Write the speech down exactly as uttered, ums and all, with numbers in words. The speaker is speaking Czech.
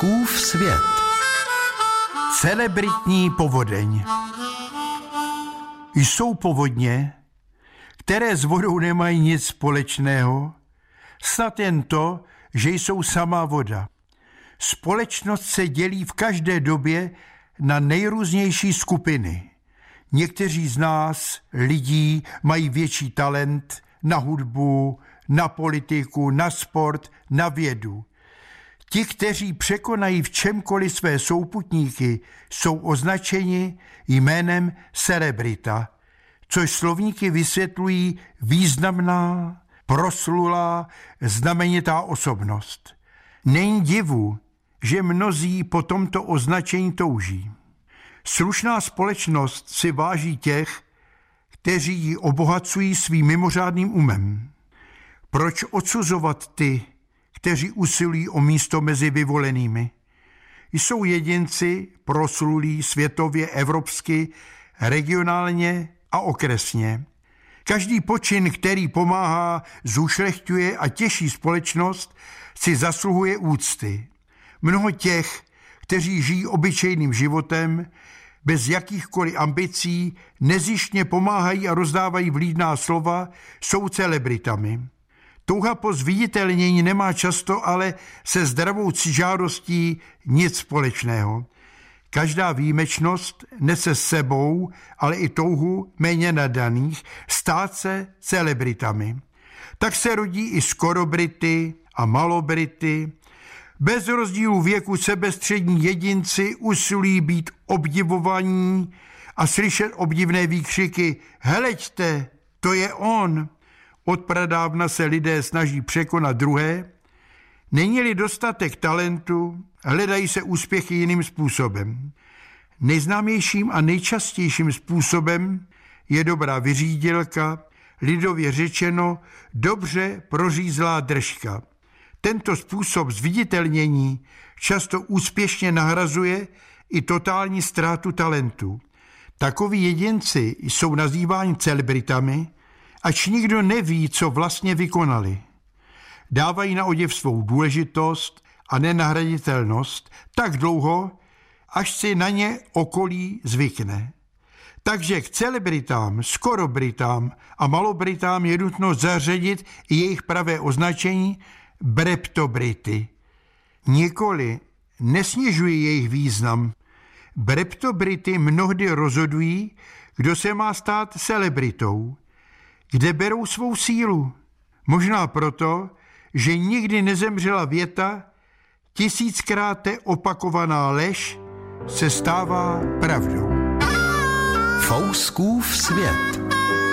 Fouskův svět. Celebritní povodeň. Jsou povodně, které s vodou nemají nic společného, snad jen to, že jsou samá voda. Společnost se dělí v každé době na nejrůznější skupiny. Někteří z nás, lidí, mají větší talent na hudbu, na politiku, na sport, na vědu. Ti, kteří překonají v čemkoliv své souputníky, jsou označeni jménem celebrita, což slovníky vysvětlují významná, proslulá, znamenitá osobnost. Není divu, že mnozí po tomto označení touží. Slušná společnost si váží těch, kteří ji obohacují svým mimořádným umem. Proč odsuzovat ty, kteří usilují o místo mezi vyvolenými? Jsou jedinci proslulí světově, evropsky, regionálně a okresně. Každý počin, který pomáhá, zušlechťuje a těší společnost, si zasluhuje úcty. Mnoho těch, kteří žijí obyčejným životem, bez jakýchkoliv ambicí, nezištně pomáhají a rozdávají vlídná slova, jsou celebritami. Touha po zviditelnění nemá často ale se zdravou ctižádostí nic společného. Každá výjimečnost nese s sebou, ale i touhu méně nadaných stát se celebritami. Tak se rodí i skorobrity a malobrity. Bez rozdílu věku sebestřední jedinci usilují být obdivovaní a slyšet obdivné výkřiky heleďte, to je on. Od pradávna se lidé snaží překonat druhé. Není-li dostatek talentu, hledají se úspěchy jiným způsobem. Nejznámějším a nejčastějším způsobem je dobrá vyřídilka, lidově řečeno dobře prořízlá držka. Tento způsob zviditelnění často úspěšně nahrazuje i totální ztrátu talentu. Takoví jedinci jsou nazýváni celebritami, ač nikdo neví, co vlastně vykonali. Dávají na oděv svou důležitost a nenahraditelnost tak dlouho, až si na ně okolí zvykne. Takže k celebritám, skorobritám a malobritám je nutno zařadit i jejich pravé označení breptobrity. Nikoli nesnižují jejich význam. Breptobrity mnohdy rozhodují, kdo se má stát celebritou. Kde berou svou sílu? Možná proto, že nikdy nezemřela věta, tisíckrát opakovaná lež se stává pravdou. Fouskův svět.